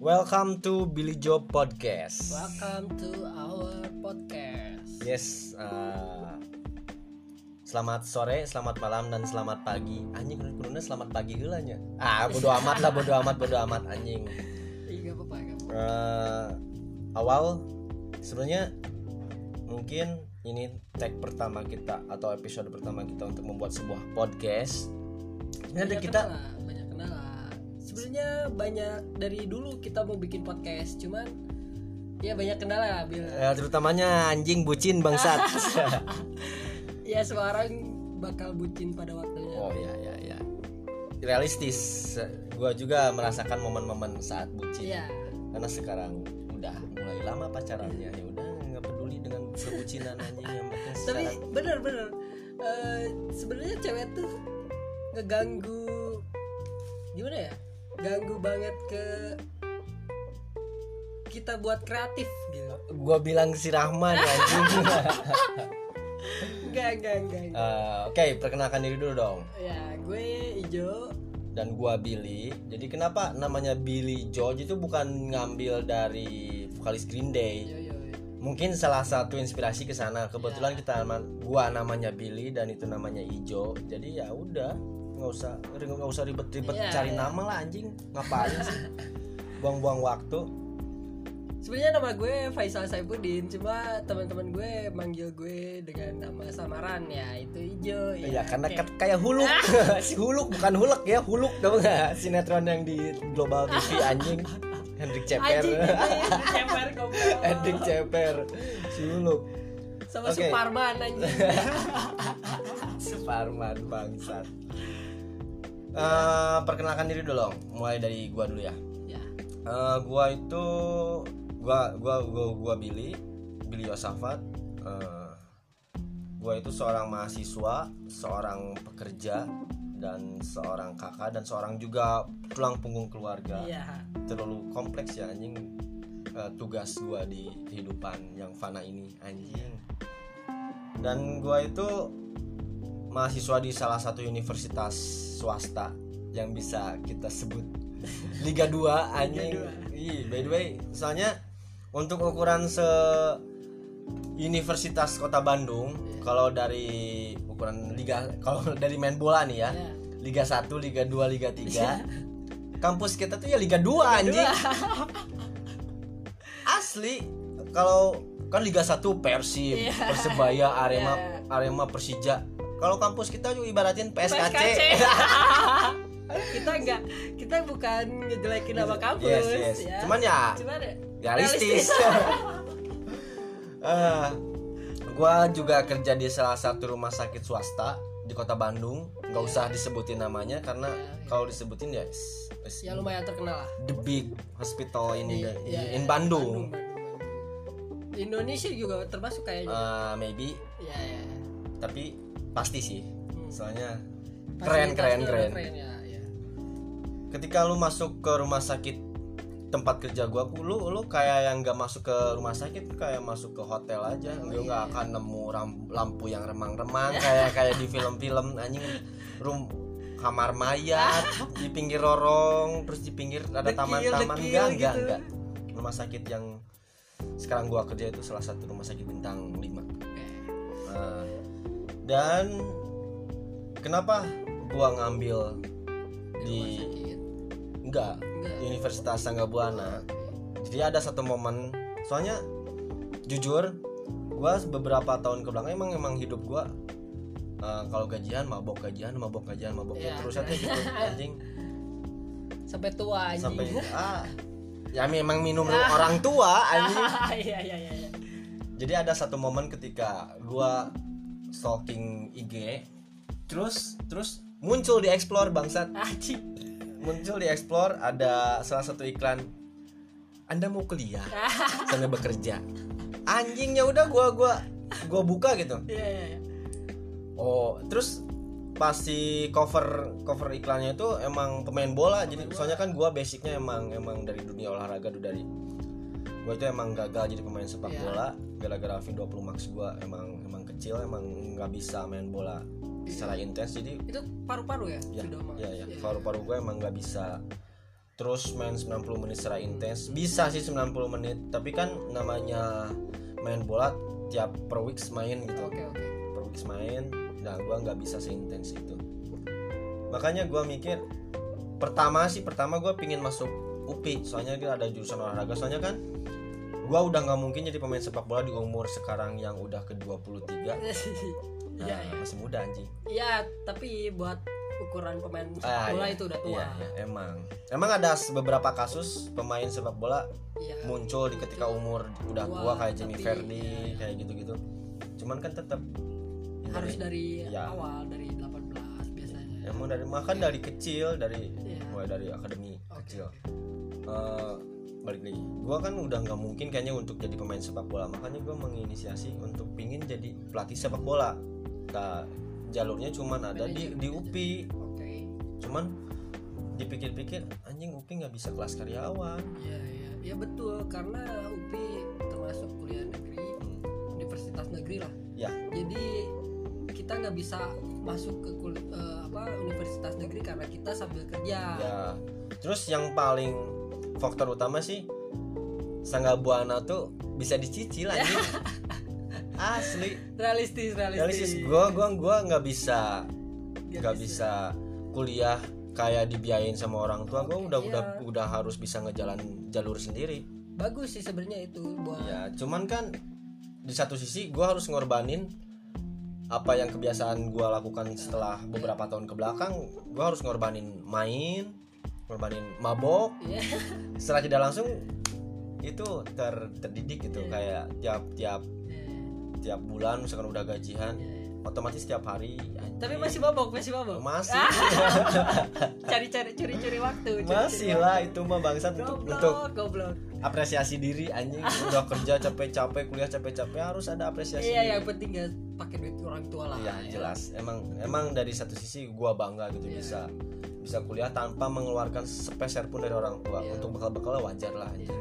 Welcome to Billy Joe Podcast. Welcome to our podcast. Yes, selamat sore, selamat malam, dan selamat pagi. Anjing, kudunya selamat pagi heula nya. Bodo amat lah, bodo amat anjing. Iya, gak apa-apa. Awal sebenarnya mungkin ini tag pertama kita atau episode pertama kita untuk membuat sebuah podcast. Banyak kendala. Sebenarnya banyak dari dulu kita mau bikin podcast, cuman ya banyak kendala Bil. Ya, terutamanya anjing bucin bangsat. Ya sekarang bakal bucin pada waktunya. Oh ya. Realistis. Gua juga merasakan momen-momen saat bucin. Iya. Karena sekarang udah mulai lama pacarannya, ya udah nggak peduli dengan perbucinan anjing yang penting Tapi sekarang. bener sebenarnya cewek tuh ngeganggu, gimana ya, ganggu banget ke kita buat kreatif gitu. Gua bilang si Rahman anjing. Enggak. Oke, perkenalkan diri dulu dong. Ya, gue Ijo. Dan gua Billy. Jadi kenapa namanya Billy George itu bukan ngambil dari vokalis Green Day? Yo. Mungkin salah satu inspirasi ke sana. Kebetulan gua namanya Billy dan itu namanya Ijo. Jadi ya udah, nggak usah ribet-ribet cari nama lah anjing. Ngapain sih? Buang-buang waktu. Sebenarnya nama gue Faisal Saifuddin, cuma teman-teman gue manggil gue dengan nama samaran, ya itu Ijo. Iya, karena kayak Huluk. Si Huluk bukan Huluk ya, Huluk tau nggak? Sinetron yang di Global TV anjing. Hendrik Ceper. Hendrik Ceper. Si Huluk. Sama Suparman anjing. Suparman bangsat. Perkenalkan diri dulu, mulai dari gua dulu ya. Ya. Gua Billy Yosafat. Gua itu seorang mahasiswa, seorang pekerja, dan seorang kakak, dan seorang juga tulang punggung keluarga. Iya. Terlalu kompleks ya anjing, tugas gua di kehidupan yang fana ini anjing. Dan gua itu mahasiswa di salah satu universitas swasta yang bisa kita sebut Liga 2 anjing. By the way, soalnya untuk ukuran universitas Kota Bandung, kalau dari ukuran liga, kalau dari main bola nih ya, Liga 1, Liga 2, Liga 3. Kampus kita tuh ya Liga 2 anjing. Asli. Kalau kan Liga 1 Persib, Persebaya, Arema, Persija. Kalau kampus kita juga ibaratin PSKC. kita bukan ngejelekin nama kampus. Yes. Ya. Cuman ya realistis. Gua juga kerja di salah satu rumah sakit swasta di Kota Bandung. Nggak usah disebutin namanya karena kalau disebutin ya lumayan terkenal lah. The big hospital in Bandung. Di Indonesia juga termasuk kayaknya. Maybe. Ya. Tapi pasti sih. Soalnya Keren ya. Ketika lu masuk ke rumah sakit tempat kerja gua, lu kayak yang nggak masuk ke rumah sakit, kayak masuk ke hotel aja. Lu nggak akan nemu lampu yang remang-remang kayak di film-film anjing. Kamar mayat di pinggir lorong, terus di pinggir ada taman-taman. Enggak. Rumah sakit yang sekarang gua kerja itu salah satu rumah sakit bintang 5. Dan kenapa gua ngambil di Universitas Sanggabuana? Jadi ada satu momen, soalnya jujur gue beberapa tahun kebelakang emang hidup gue kalau gajian mabok terus aja gitu anjing sampai tua anjing. Ya memang minum orang tua anjing. Iya. Jadi ada satu momen ketika gue stalking IG, terus muncul di Explore bangsat. Muncul di Explore ada salah satu iklan, Anda mau kuliah sambil bekerja. Anjingnya udah gua buka gitu. Iya. Oh, terus pasti cover iklannya itu emang pemain bola. Jadi soalnya kan gua basicnya emang dari dunia olahraga dari gua itu emang gagal jadi pemain sepak bola gara-gara V20 Max gua emang kecil, emang nggak bisa main bola secara intens. Jadi itu paru-paru ya? Ya, paru-paru gue emang nggak bisa terus main 90 menit secara intens. Bisa sih 90 menit, tapi kan namanya main bola tiap per weeks main gitu. Oke. Per weeks main, nah gue nggak bisa seintens itu. Makanya gue mikir pertama gue pingin masuk UPI, soalnya kita ada jurusan olahraga. Soalnya kan gue udah nggak mungkin jadi pemain sepak bola di umur sekarang yang udah ke 23. Iya. Masih muda anjing. Iya, tapi buat ukuran pemain sepak bola itu udah tua. Iya, emang ada beberapa kasus pemain sepak bola muncul di ketika umur udah tua kayak Jamie Vardy kayak gitu-gitu. Cuman kan tetap harus dari awal, dari 18 biasanya. Emang dari kecil, mulai dari akademi kecil. Balik lagi, gue kan udah nggak mungkin kayaknya untuk jadi pemain sepak bola, makanya gue menginisiasi untuk pingin jadi pelatih sepak bola. Nah, jalurnya cuman ada di UPI. Cuman dipikir-pikir anjing UPI nggak bisa kelas karyawan. Iya betul, karena UPI termasuk kuliah negeri, universitas negeri lah. Ya. Jadi kita nggak bisa masuk ke universitas negeri karena kita sambil kerja. Ya. Terus yang paling faktor utama sih Sangga Buana tuh bisa dicicil anjing. Asli. Realistis. Gua nggak bisa kuliah kayak dibiayain sama orang tua. Gua udah harus bisa ngejalan jalur sendiri. Bagus sih sebenarnya itu buat. Ya, cuman kan di satu sisi gua harus ngorbanin apa yang kebiasaan gua lakukan setelah beberapa tahun ke belakang. Gua harus ngorbanin main, ngorbanin mabok. Setelah tidak langsung itu terdidik gitu, kayak tiap bulan misalkan udah gajian, otomatis tiap hari anjing. Tapi masih mabok. Masih. Curi waktu. Masih lah itu mah bangsat untuk goblok. Apresiasi diri anjing. Udah kerja capek-capek, kuliah capek-capek, harus ada apresiasi. Iya, yang penting gak pakai duit orang tua lah. Iya, jelas. Emang dari satu sisi gua bangga gitu bisa kuliah tanpa mengeluarkan sepeser pun dari orang tua. Untuk bekal-bekal wajar lah anjing.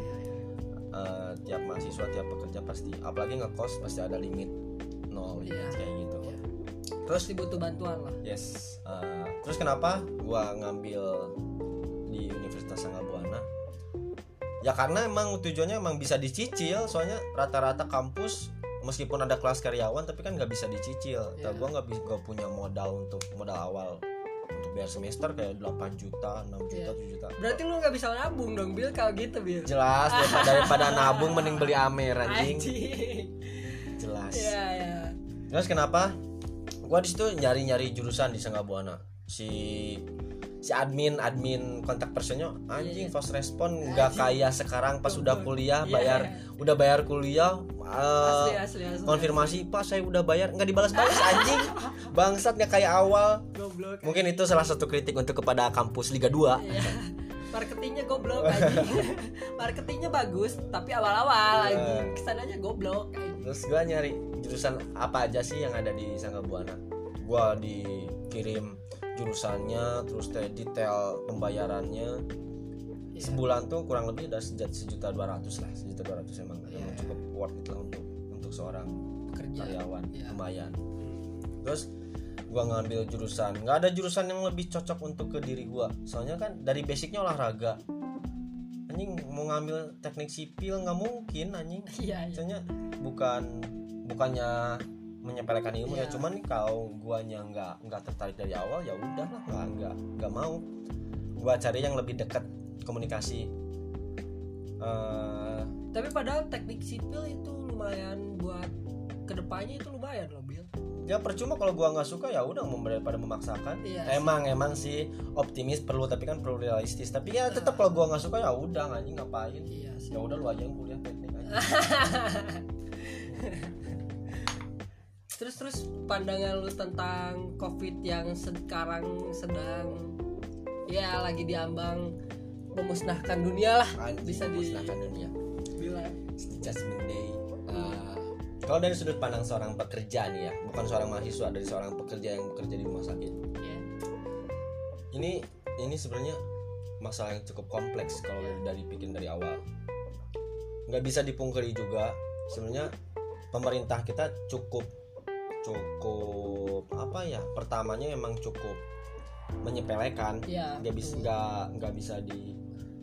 Tiap mahasiswa, tiap pekerja pasti, apalagi ngekos pasti ada limit 0 kayak gitu. Terus dibutuh bantuan lah. Yes. Terus kenapa gua ngambil di Universitas Sangga Buana? Ya karena emang tujuannya emang bisa dicicil. Soalnya rata-rata kampus meskipun ada kelas karyawan tapi kan nggak bisa dicicil. Gua nggak punya modal awal untuk bayar semester kayak 8 juta, 6 juta, 7 juta. Berarti lu gak bisa nabung dong, Bil, kalau gitu, Bil. Jelas, daripada nabung mending beli Amer anjing. Jelas. Iya. Terus kenapa? Gua di situ nyari jurusan di Sangga Buana. Si admin kontak personnya anjing fast respon, nggak kayak sekarang pas udah kuliah udah bayar kuliah. Asli. Konfirmasi Pak saya udah bayar, nggak dibalas-balas anjing. Bangsat, nggak kayak awal. Goblok. Mungkin itu salah satu kritik untuk kepada kampus Liga 2. Marketingnya goblok anjing. Marketingnya bagus tapi awal-awal anjing, kesananya goblok anjing. Terus gue nyari jurusan apa aja sih yang ada di Sangga Buana. Gue dikirim jurusannya, terus detail pembayarannya. Sebulan tuh kurang lebih udah 1.200.000 lah. 1.200.000 emang cukup worth it lah untuk seorang karyawan. Lumayan. Terus gua ngambil jurusan, nggak ada jurusan yang lebih cocok untuk ke diri gua. Soalnya kan dari basicnya olahraga. Anjing mau ngambil teknik sipil nggak mungkin anjing. Soalnya bukannya menyepelekan ilmu ya, cuman kalau guanya nggak tertarik dari awal ya udahlah, nggak mau. Gua cari yang lebih dekat komunikasi. Tapi padahal teknik sipil itu lumayan buat kedepannya, itu lumayan loh, Bil. Ya percuma kalau gua nggak suka ya udah, daripada memaksakan. Emang sih optimis perlu, tapi kan perlu realistis. Tapi ya tetap kalau gua nggak suka ya udah anjing ngapain. Ya udah lu aja yang kuliah teknik aja. Terus pandangan lu tentang COVID yang sekarang sedang lagi diambang memusnahkan dunia lah. Bisa memusnahkan dunia. Bilang Judgment Day. Kalau dari sudut pandang seorang pekerja nih ya, bukan seorang mahasiswa, dari seorang pekerja yang bekerja di rumah sakit. Ini sebenarnya masalah yang cukup kompleks kalau dari bikin dari awal. Nggak bisa dipungkiri juga sebenarnya pemerintah kita cukup apa ya, pertamanya emang cukup menyepelekan. Nggak bisa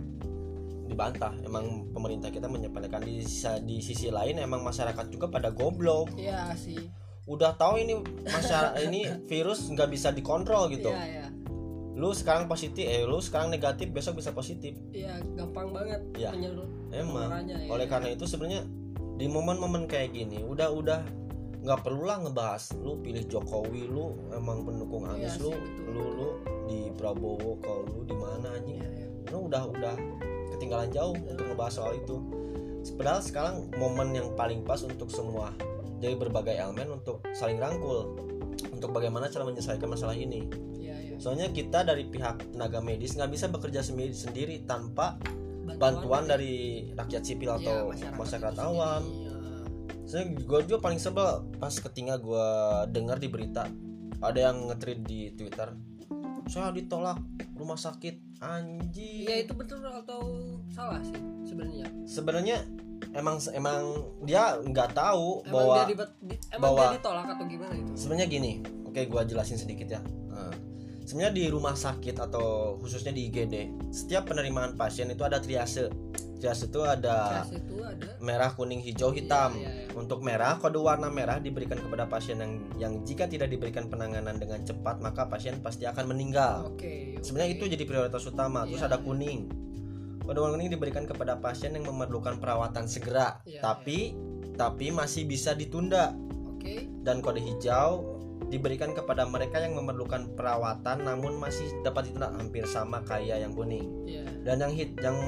dibantah. Emang pemerintah kita menyepelekan, di sisi lain emang masyarakat juga pada goblok. Iya sih. Udah tahu ini masyarakat ini virus nggak bisa dikontrol gitu. Iya. Lu sekarang positif, lu sekarang negatif, besok bisa positif. Iya, gampang banget Ya, emang. ya. Oleh karena itu sebenarnya di momen-momen kayak gini udah nggak perlulah ngebahas lu pilih Jokowi, lu emang pendukung Anies, Iya lu sih, betul. lu di Prabowo, kalau lu di mana anjing. Iya. Lu udah ketinggalan jauh untuk ngebahas soal itu. Padahal sekarang momen yang paling pas untuk semua dari berbagai elemen untuk saling rangkul untuk bagaimana cara menyelesaikan masalah ini. Iya. Soalnya kita dari pihak tenaga medis nggak bisa bekerja sendiri tanpa bantuan dari rakyat sipil atau masyarakat awam. Saya gue juga paling sebel pas ketika gue dengar di berita ada yang nge-tweet di Twitter, saya ditolak rumah sakit, anjing. Ya itu betul atau salah sih sebenarnya? Sebenarnya emang dia nggak tahu bahwa dia ditolak atau gimana itu? Sebenarnya gini, oke, gue jelasin sedikit ya. Sebenarnya di rumah sakit atau khususnya di IGD, setiap penerimaan pasien itu ada triase. Triase itu ada merah, kuning, hijau, hitam. Iya. Untuk merah, kode warna merah diberikan kepada pasien yang jika tidak diberikan penanganan dengan cepat maka pasien pasti akan meninggal. Sebenarnya itu jadi prioritas utama. Terus ada kuning. Kode warna kuning diberikan kepada pasien yang memerlukan perawatan segera, tapi masih bisa ditunda. Dan kode hijau diberikan kepada mereka yang memerlukan perawatan namun masih dapat ditunda, hampir sama kayak yang kuning. Dan yang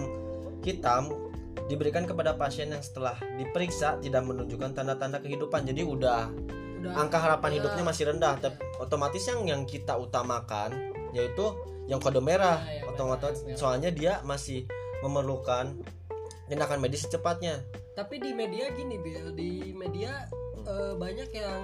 hitam diberikan kepada pasien yang setelah diperiksa tidak menunjukkan tanda-tanda kehidupan. Jadi udah angka harapan hidupnya masih rendah. Otomatis yang kita utamakan yaitu yang kode merah. Otomatis soalnya dia masih memerlukan tindakan medis secepatnya. Tapi di media gini, Bill, di media banyak yang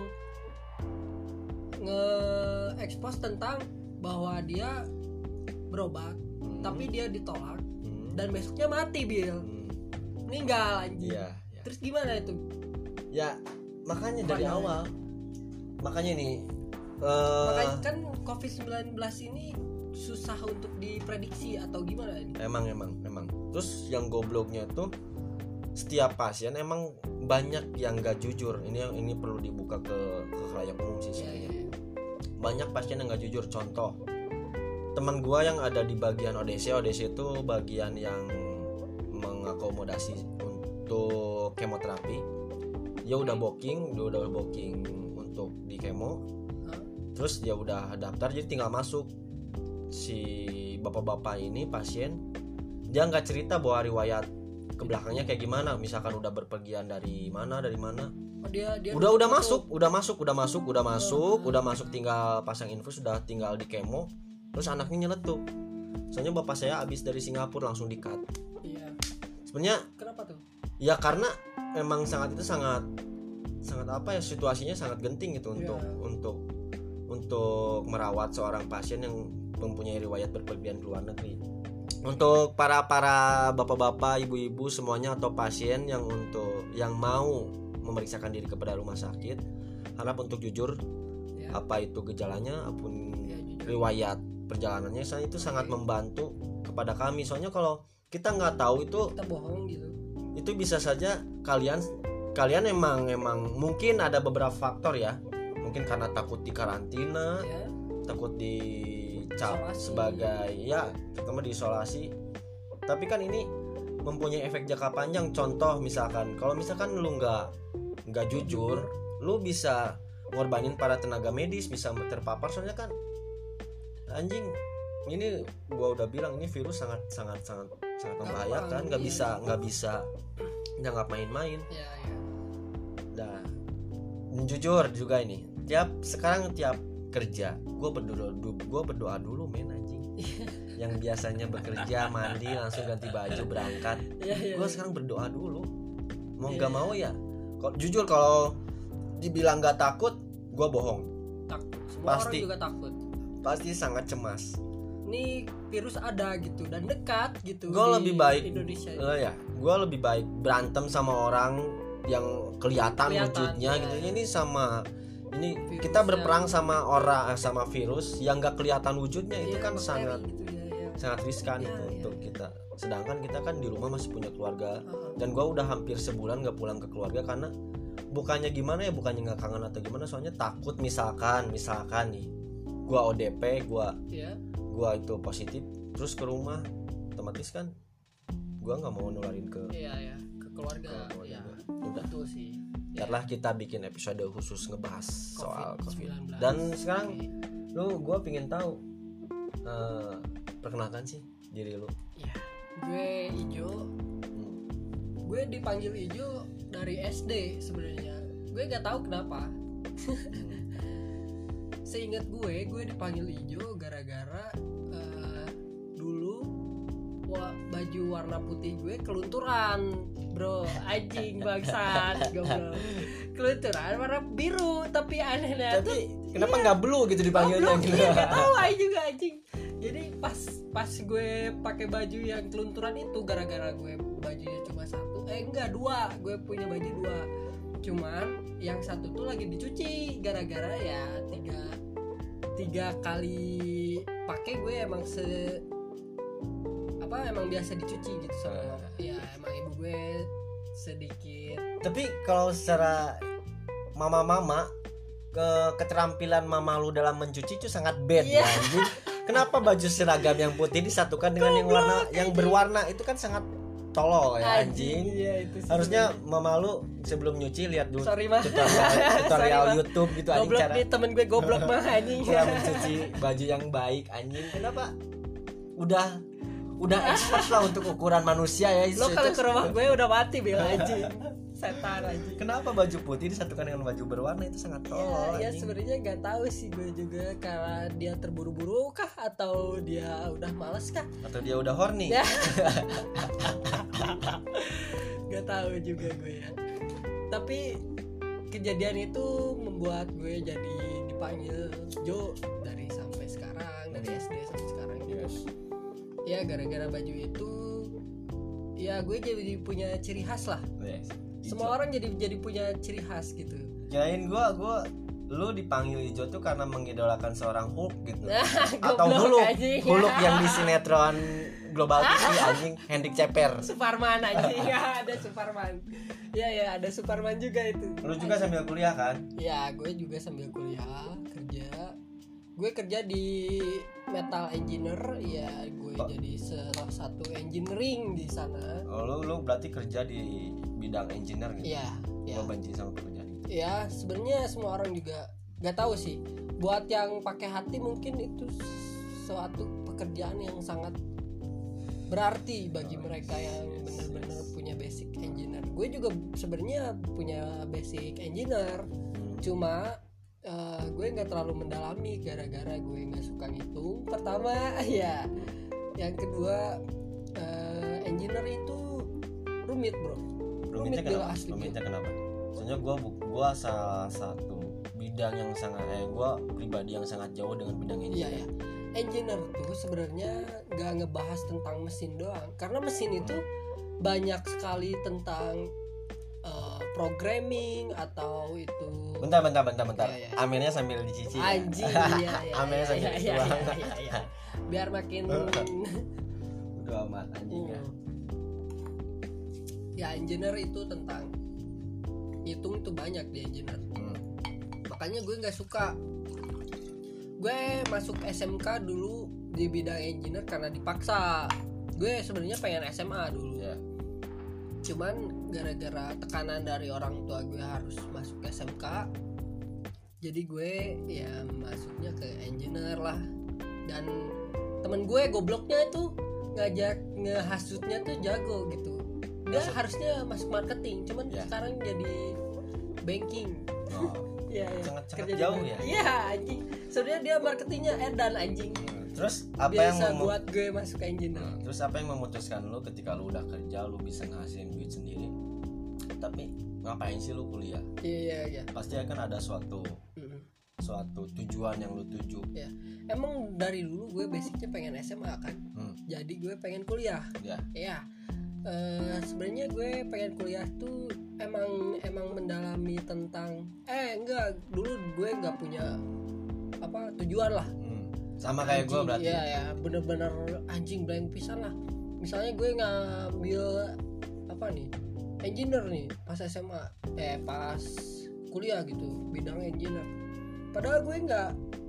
nge-expose tentang bahwa dia berobat tapi dia ditolak dan besoknya mati, Bill. Meninggal anjing. Iya. Terus gimana itu? Ya, makanya dari awal. Makanya nih makanya kan COVID-19 ini susah untuk diprediksi atau gimana ini? Emang. Terus yang gobloknya tuh setiap pasien emang banyak yang gak jujur. Ini perlu dibuka ke khalayak umum sih sebenarnya. Banyak pasien yang gak jujur. Contoh, teman gua yang ada di bagian ODC itu bagian yang mengakomodasi untuk kemoterapi. Dia udah booking untuk di kemo. Terus dia udah daftar, jadi tinggal masuk. Si bapak-bapak ini pasien, dia nggak cerita bahwa riwayat ke belakangnya kayak gimana. Misalkan udah berpergian dari mana. Dia udah masuk, tinggal pasang infus, sudah tinggal di kemo. Terus anaknya nyeletuk. Soalnya bapak saya habis dari Singapura langsung di-cut. Iya. Sebenarnya kenapa tuh? Ya karena memang sangat apa ya, situasinya sangat genting gitu untuk merawat seorang pasien yang mempunyai riwayat berpergian ke luar negeri. Untuk para bapak-bapak, ibu-ibu semuanya atau pasien yang mau memeriksakan diri kepada rumah sakit, harap untuk jujur apa itu gejalanya, apapun riwayat perjalanannya, itu sangat membantu kepada kami. Soalnya kalau kita nggak tahu itu kita bohong gitu. Itu bisa saja kalian emang mungkin ada beberapa faktor ya. Mungkin karena takut di karantina, takut dicap sebagai terutama diisolasi. Tapi kan ini mempunyai efek jangka panjang. Contoh misalkan kalau lu nggak jujur, lu bisa ngorbanin para tenaga medis, bisa terpapar. Soalnya kan anjing, ini gua udah bilang ini virus sangat membahayakan, nggak bisa nggak main-main. Nah, jujur juga ini, sekarang tiap kerja gua berdoa dulu men anjing. Yang biasanya bekerja mandi langsung ganti baju berangkat, gua sekarang berdoa dulu. Mau nggak mau ya. Jujur kalau dibilang nggak takut, gua bohong. Takut. Semua orang juga takut. Pasti sangat cemas. Ini virus ada gitu dan dekat gitu. Gue lebih baik Indonesia. Gue lebih baik berantem sama orang yang kelihatan wujudnya gitu. Ini kita berperang sama virus yang nggak kelihatan wujudnya. Itu kan sangat gitu, sangat riskan itu untuk kita. Sedangkan kita kan di rumah masih punya keluarga. Dan gue udah hampir sebulan gak pulang ke keluarga karena bukannya gimana ya, bukannya gak kangen atau gimana, soalnya takut misalkan nih gue ODP, gue itu positif terus ke rumah, otomatis kan gue nggak mau nularin ke ke keluarga. Udah betul sih. Biarlah kita bikin episode khusus ngebahas soal COVID. Dan sekarang gue pengen tahu, perkenalkan sih diri lu. Gue Ijo. Gue dipanggil Ijo dari SD sebenarnya. Gue nggak tahu kenapa. Seingat gue dipanggil Ijo gara-gara dulu baju warna putih gue kelunturan, bro. Anjing bangsat, goblok. Kelunturan warna biru, tapi anehnya tapi kenapa nggak blue gitu dipanggilnya gitu? Nggak tahu aja juga anjing. Jadi pas gue pakai baju yang kelunturan itu gara-gara gue bajunya cuma dua, gue punya baju dua. Cuman yang satu tuh lagi dicuci gara-gara ya tiga kali pakai gue emang emang biasa dicuci gitu sama ya emang ibu gue sedikit. Tapi kalau secara mama keterampilan mama lu dalam mencuci itu sangat bad ya anjing. Kenapa baju seragam yang putih disatukan dengan yang berwarna itu kan sangat tolol ya anjing. Harusnya mama lu sebelum nyuci lihat dulu tutorial YouTube gitu anjing, cara temen gue goblok mah anjing. Cara mencuci baju yang baik anjing. Kenapa? Udah expert lah untuk ukuran manusia ya. Lo kalau ke rumah gue udah mati bil anjing. Setan anjing. Kenapa baju putih disatukan dengan baju berwarna itu sangat tolol ya sebenarnya nggak tahu sih gue juga, karena dia terburu-buru kah atau dia udah malas kah atau dia udah horny. Gak tahu juga gue ya. Tapi kejadian itu membuat gue jadi dipanggil Jo dari sampai sekarang, dari SD sampai sekarang gitu. Ya gara-gara baju itu ya gue jadi punya ciri khas lah. Semua orang jadi punya ciri khas gitu. Kirain lu dipanggil Ijo tuh karena mengidolakan seorang Hulk gitu. Atau Hulk yang di sinetron Global TV anjing, Hendrik Ceper. Superman anjing. Ada Superman. Ya ada Superman juga itu. Lu juga sambil kuliah kan? Ya, gue juga sambil kuliah, kerja. Gue kerja di metal engineer, ya gue jadi salah satu engineering di sana. Lu berarti kerja di bidang engineer gitu. Iya. Gue benci sama pekerjaan itu. Ya, sebenarnya semua orang juga nggak tahu sih. Buat yang pakai hati mungkin itu suatu pekerjaan yang sangat berarti bagi mereka yang benar-benar punya basic engineer. Gue juga sebenarnya punya basic engineer. Cuma gue nggak terlalu mendalami gara-gara gue nggak suka ngitung. Pertama ya, yang kedua engineer itu rumit bro. Rumitnya kenapa? Soalnya gue salah satu bidang yang sangat gue pribadi yang sangat jauh dengan bidang engineer. Iya. Engineer tuh sebenarnya nggak ngebahas tentang mesin doang, karena mesin itu banyak sekali tentang programming atau itu. Bentar. Ya. Aminnya sambil dicici. Anjing, iya. Aminnya sambil dituang. Iya. Biar makin udah amat anjingnya. Ya engineer itu tentang hitung tuh banyak di engineer. Makanya gue nggak suka. Gue masuk SMK dulu di bidang engineer karena dipaksa. Gue sebenarnya pengen SMA dulu. Yeah. Cuman gara-gara tekanan dari orang tua gue harus masuk SMK, jadi gue ya masuknya ke engineer lah. Dan temen gue gobloknya itu ngehasutnya tuh jago gitu. Dia harusnya masuk marketing, cuman sekarang jadi banking. Iya. Sangat jauh ya. Iya anjing. Sebenarnya dia marketingnya edan anjing. Terus apa biasa yang buat gue masuk ke engineer. Terus apa yang memutuskan lu ketika lu udah kerja lu bisa ngasilin duit sendiri, tapi ngapain sih lu kuliah? Iya. Pasti akan ada suatu tujuan yang lu tuju. Ya. Emang dari dulu gue basicnya pengen SMA kan. Jadi gue pengen kuliah. Ya. Sebenarnya gue pengen kuliah tuh emang mendalami tentang dulu gue nggak punya tujuan lah. Sama kayak gue berarti. Iya ya, bener-bener anjing blank pisan lah. Misalnya gue ngambil apa nih, engineer nih pas SMA, pas kuliah gitu, bidang engineer. Padahal gue nggak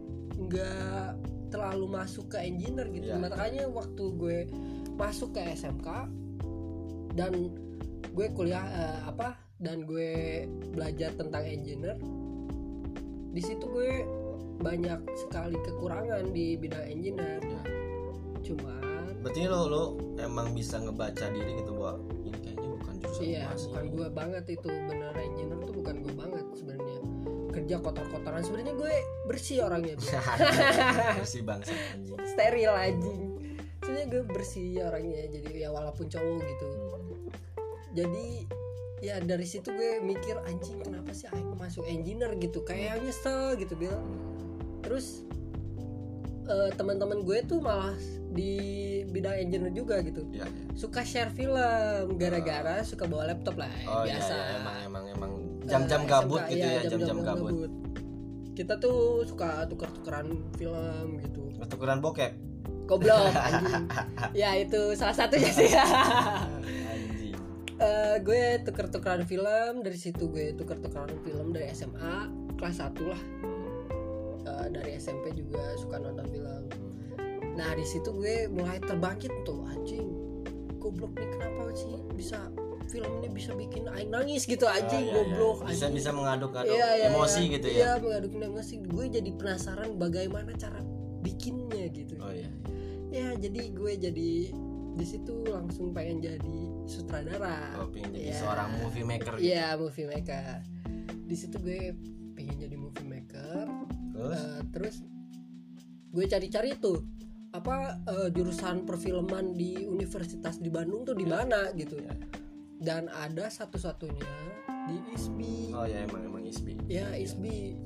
terlalu masuk ke engineer gitu. Yeah. Makanya waktu gue masuk ke SMK dan gue kuliah dan gue belajar tentang engineer, di situ gue banyak sekali kekurangan di bidang engineer. Ya. Cuman Berarti lo emang bisa ngebaca diri gitu bahwa ini kayaknya bukan jurusan iya, gua sih. bukan gue banget itu, bener engineer tuh bukan gue banget sebenarnya. Kerja kotor-kotoran, sebenarnya gue bersih orangnya. Bersih bangsa anjing. Steril anjing. Sebenarnya gue bersih orangnya, jadi ya walaupun cowok gitu. Jadi ya dari situ gue mikir anjing kenapa sih aing masuk engineer gitu, kayak nyesel gitu bilang. Terus teman-teman gue tuh malah di bidang engineer juga gitu. Ya. Suka share film gara-gara suka bawa laptop lah, biasa. Iya, emang jam-jam gabut SMK, gitu iya, ya, jam-jam gabut. Kita tuh suka tuker-tukeran film gitu. Tukeran bokep. Goblok anjing. Ya itu salah satunya sih. Anjing. Gue tuker-tukeran film, dari situ gue tuker-tukeran film dari SMA kelas 1 lah. Dari SMP juga suka nonton film. Nah di situ gue mulai terbangkit tuh, anjing goblok nih kenapa sih bisa film ini bisa bikin aing nangis gitu anjing. Goblok Bisa anjing. bisa mengaduk-aduk Iya, emosi gitu ya. Iya, mengaduk emosi. Gue jadi penasaran bagaimana cara bikinnya gitu. Oh iya. Ya jadi gue jadi di situ langsung pengen jadi sutradara. Oh, pengen jadi Ya. seorang movie maker gitu. Iya, movie maker. Di situ gue pengen jadi movie maker. Terus gue cari-cari tuh jurusan perfilman di universitas di Bandung tuh di mana gitu. Dan ada satu-satunya di ISBI. Oh ya emang ISBI. Ya ISBI.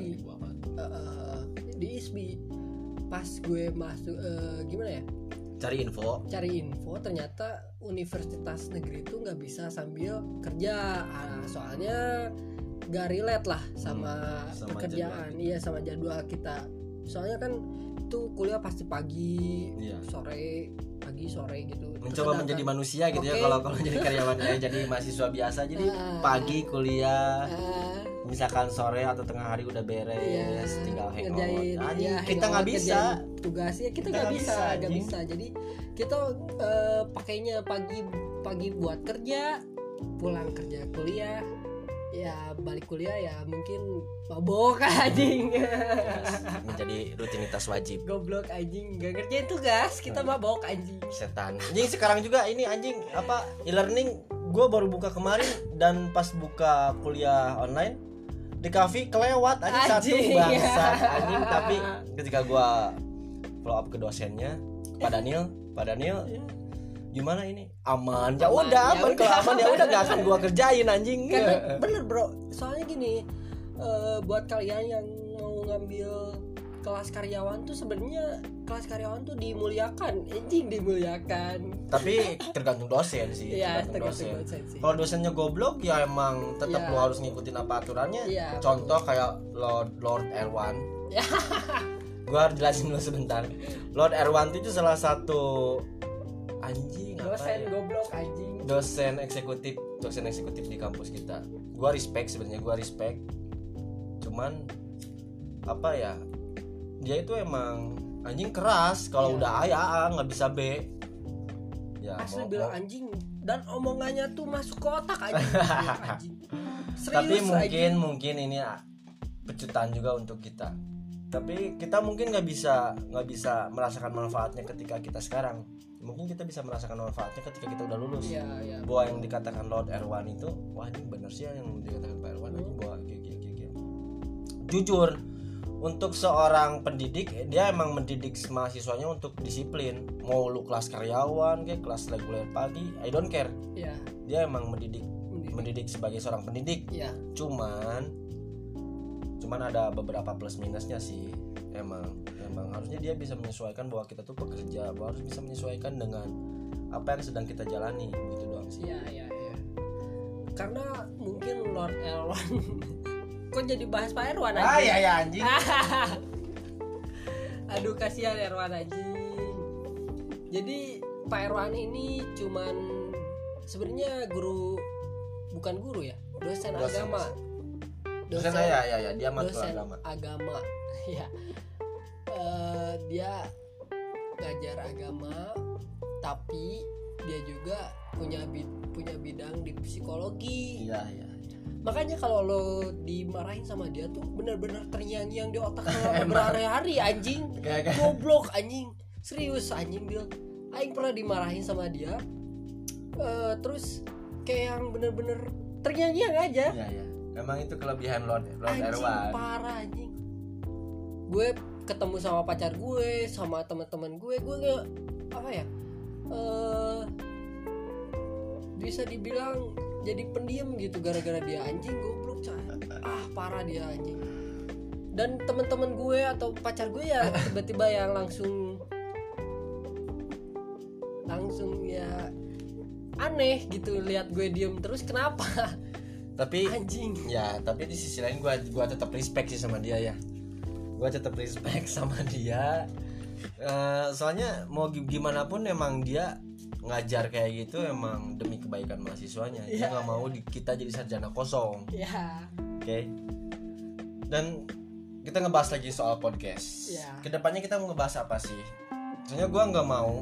Di ISBI. Pas gue masuk gimana ya? Cari info Ternyata universitas negeri itu nggak bisa sambil kerja. Soalnya gak relate lah sama pekerjaan. Iya, sama jadwal kita. Soalnya kan itu kuliah pasti pagi, sore gitu. Mencoba menjadi manusia gitu ya, kalau jadi karyawan jadi mahasiswa biasa, jadi pagi kuliah, misalkan sore atau tengah hari udah beres, tinggal hangout. Kita nggak bisa tugasnya, kita nggak bisa. Jadi kita pakainya pagi buat kerja, pulang kerja kuliah, ya balik kuliah ya mungkin mabok anjing. Menjadi rutinitas wajib. Goblok anjing, gak ngerjain tugas, kita mabok anjing. Setan. Anjing sekarang juga ini anjing e-learning gue baru buka kemarin, dan pas buka kuliah online di cafe kelewat satu bangsat anjing. Tapi ketika gue follow up ke dosennya, Pak Daniel gimana ini? Aman. Ya udah aman. Kalau aman ya udah gak akan gue kerjain anjing. Karena bener bro, soalnya gini, buat kalian yang mau ngambil kelas karyawan tuh sebenarnya kelas karyawan tuh dimuliakan, dimuliakan. Tapi tergantung dosen sih. Iya, tergantung dosen sih. Kalau dosennya goblok ya emang tetap lo harus ngikutin apa aturannya. Contoh kayak Lord Erwan. Gua harus jelasin dulu sebentar. Lord Erwan itu salah satu anjing dosen goblok anjing. Dosen eksekutif di kampus kita. Gua respect. Cuman apa ya? Dia itu emang anjing keras, kalau udah A nggak bisa B. Ya, asli bilang anjing, dan omongannya tuh masuk ke otak anjing. Tapi mungkin ini pecutan juga untuk kita. Tapi kita mungkin nggak bisa merasakan manfaatnya ketika kita sekarang. Mungkin kita bisa merasakan manfaatnya ketika kita udah lulus. Bahwa yang dikatakan Lord Erwan itu, wah ini bener sih yang dikatakan Pak Erwan, bahwa kayak. Jujur, untuk seorang pendidik, dia emang mendidik mahasiswanya untuk disiplin. Mau lu kelas karyawan kayak kelas reguler pagi, I don't care. Dia emang mendidik sebagai seorang pendidik. Cuman ada beberapa plus minusnya sih. Emang harusnya dia bisa menyesuaikan bahwa kita tuh pekerja, bahwa harus bisa menyesuaikan dengan apa yang sedang kita jalani, gitu doang sih. Iya. Karena mungkin Lord Erwan kok jadi bahas Pak Erwan aja. Ya anjing. Aduh kasihan Erwan anjing. Jadi Pak Erwan ini cuman sebenarnya bukan guru ya, dosen agama. Dosen ya, dia matkul dosen agama. Ya. Dia ngajar agama, tapi dia juga punya bidang di psikologi. Iya. Makanya kalau lo dimarahin sama dia tuh benar-benar terngiang-ngiang di otak lo berhari-hari anjing. Goblok anjing. Serius anjing Bil. Aing pernah dimarahin sama dia. Terus kayak yang bener-bener terngiang-ngiang aja. Iya. Emang itu kelebihan Lord anjing, Erwan. parah anjing. Gue ketemu sama pacar gue, sama teman-teman gue nggak apa ya? Bisa dibilang jadi pendiam gitu gara-gara dia anjing goblok coy. Parah dia anjing. Dan teman-teman gue atau pacar gue ya tiba-tiba yang langsung ya aneh gitu lihat gue diem terus kenapa? Tapi anjing. Ya, tapi di sisi lain gua tetap respect sih sama dia ya. Gua tetap respect sama dia. Soalnya mau gimana pun emang dia ngajar kayak gitu emang demi kebaikan mahasiswanya. Dia nggak mau kita jadi sarjana kosong. Iya. Oke. Dan kita ngebahas lagi soal podcast. Iya. Kedepannya kita mau ngebahas apa sih? Soalnya gua nggak mau.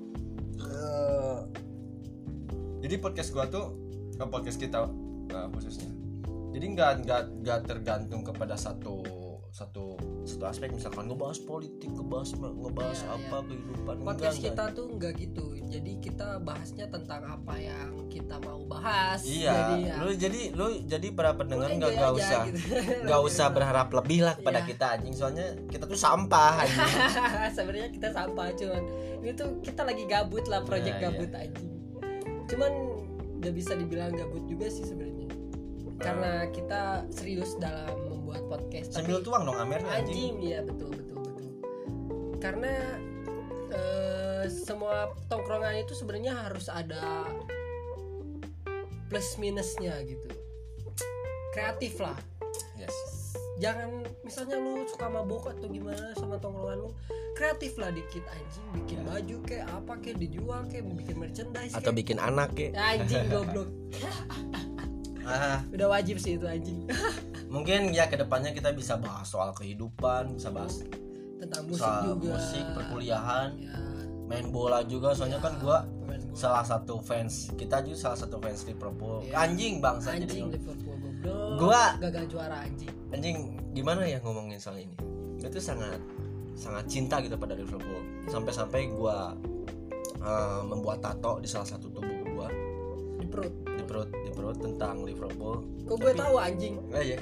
Jadi podcast gua tuh podcast kita khususnya. Jadi nggak tergantung kepada satu aspek, misalkan ngebahas politik, ngebahas apa kehidupan. Podcast kita tuh nggak gitu. Jadi kita bahasnya tentang apa yang kita mau bahas. Iya. Jadi para pendengar nggak usah berharap lebih lah kepada kita anjing. Soalnya kita tuh sampah anjing. Sebenarnya kita sampah cuman ini tuh kita lagi gabut lah, project gabut anjing. Cuman udah bisa dibilang gabut juga sih sebenarnya. Karena kita serius dalam membuat podcast. Sambil tuang dong Amernya anjing. Iya betul. Karena semua tongkrongan itu sebenarnya harus ada plus minusnya gitu. Kreatif lah. Yes. Jangan misalnya lu suka mabok atau gimana sama tongkrongan lu, kreatif lah dikit anjing, bikin baju kayak apa kayak dijual kayak bikin merchandise atau bikin anak kayak anjing goblok. Udah wajib sih itu anjing. Mungkin ya kedepannya kita bisa bahas soal kehidupan, bisa bahas tentang musik soal juga, musik, perkuliahan, main bola juga. Soalnya kan gua salah satu fans Liverpool. Anjing bangsa anjing jadi Liverpool goblok. Gua gagal juara anjing. Anjing gimana ya ngomongin soal ini? Itu sangat cinta gitu pada Liverpool. Sampai-sampai gua membuat tato di salah satu tubuh gua. Di perut tentang Liverpool. Kok gue tahu anjing? Iya.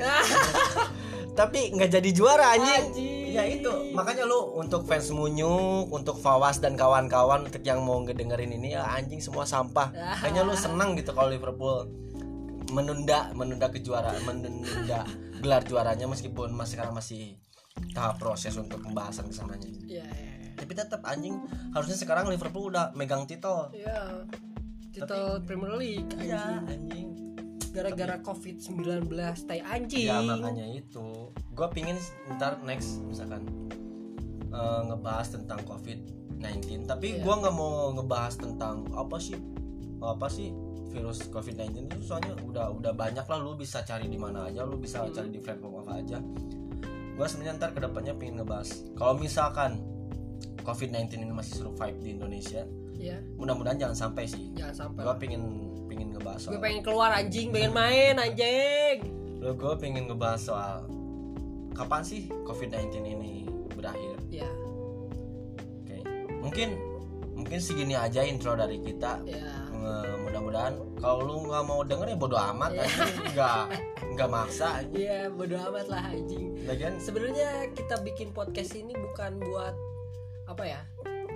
Tapi nggak jadi juara anjing. Ya itu makanya lu untuk fans Munyuk, untuk Fawas dan kawan-kawan untuk yang mau ngedengerin ini ya anjing semua sampah. Kayaknya lu senang gitu kalau Liverpool menunda kejuaraan, menunda gelar juaranya meskipun sekarang masih tahap proses untuk pembahasan kesananya. Iya. Tapi tetap anjing harusnya sekarang Liverpool udah megang titel. Iya. Titel Premier League anjing. Gara-gara COVID-19 tai anjing. Ya makanya itu gue pingin ntar next misalkan ngebahas tentang COVID-19. Tapi gue gak mau ngebahas tentang apa sih virus COVID-19 itu. Soalnya udah banyak lah, lu bisa cari di mana aja, lu bisa cari di platform apa aja. Gue sebenarnya ntar kedepannya pingin ngebahas kalau misalkan COVID-19 ini masih survive di Indonesia. Mudah-mudahan jangan sampai sih. Gue pingin ngebahas soal. Gue pengen keluar anjing, pengen main anjing. Gue pengen ngebahas soal kapan sih COVID-19 ini berakhir. Iya. Oke. Mungkin segini aja intro dari kita. Mudah-mudahan kalau lu nggak mau denger ya bodo amat anjing. Nggak maksa anjing. Iya, bodo amat lah anjing. Lagian sebenarnya kita bikin podcast ini bukan buat apa ya?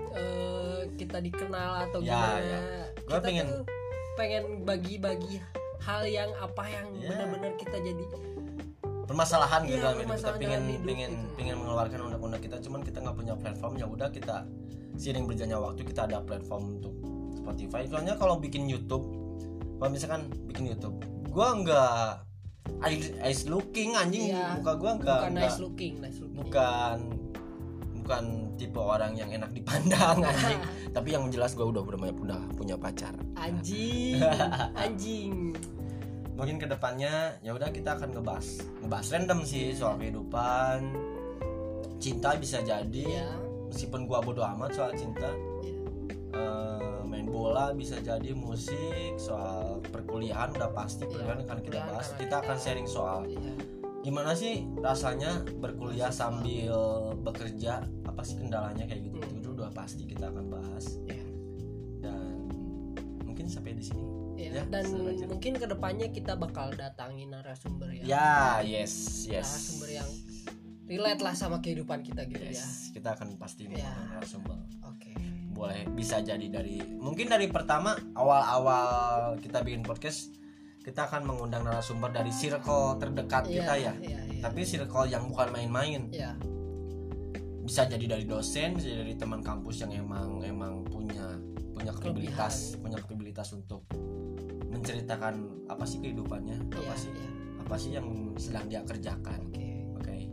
Kita dikenal atau gimana. Gue pengen bagi-bagi hal yang benar-benar kita jadi permasalahan gitu kan. Kita pengen mengeluarkan undang-undang kita, cuman kita nggak punya platform. Ya udah, kita seiring berjalannya waktu kita ada platform untuk Spotify. Soalnya kalau bikin YouTube, kalau misalkan bikin YouTube, gue nggak nice looking anjing. Muka gue nggak nice looking. bukan bukan tipe orang yang enak dipandang anjing. Tapi yang jelas gue udah punya pacar. Anjing. Anjing. Mungkin kedepannya ya udah kita akan ngebahas random sih soal kehidupan, cinta bisa jadi. Meskipun gua bodo amat soal cinta. Main bola bisa jadi, musik, soal perkuliahan udah pasti perkuliahan akan kita bahas. Kita akan sharing soal gimana sih rasanya berkuliah sambil bekerja, apa sih kendalanya kayak gitu. Itu udah pasti kita akan bahas. Dan mungkin sampai di sini. Dan mungkin kedepannya kita bakal datangin narasumber yes narasumber yang relate lah sama kehidupan kita gitu. Kita akan pasti narasumber. Oke. Boleh, bisa jadi mungkin dari pertama awal kita bikin podcast kita akan mengundang narasumber dari circle terdekat kita ya. Tapi circle yang bukan main-main. Bisa jadi dari dosen, bisa jadi dari teman kampus yang emang punya kapabilitas untuk menceritakan apa sih kehidupannya, apa sih yang sedang dia kerjakan. Oke.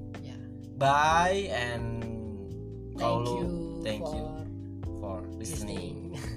Bye and thank you for listening.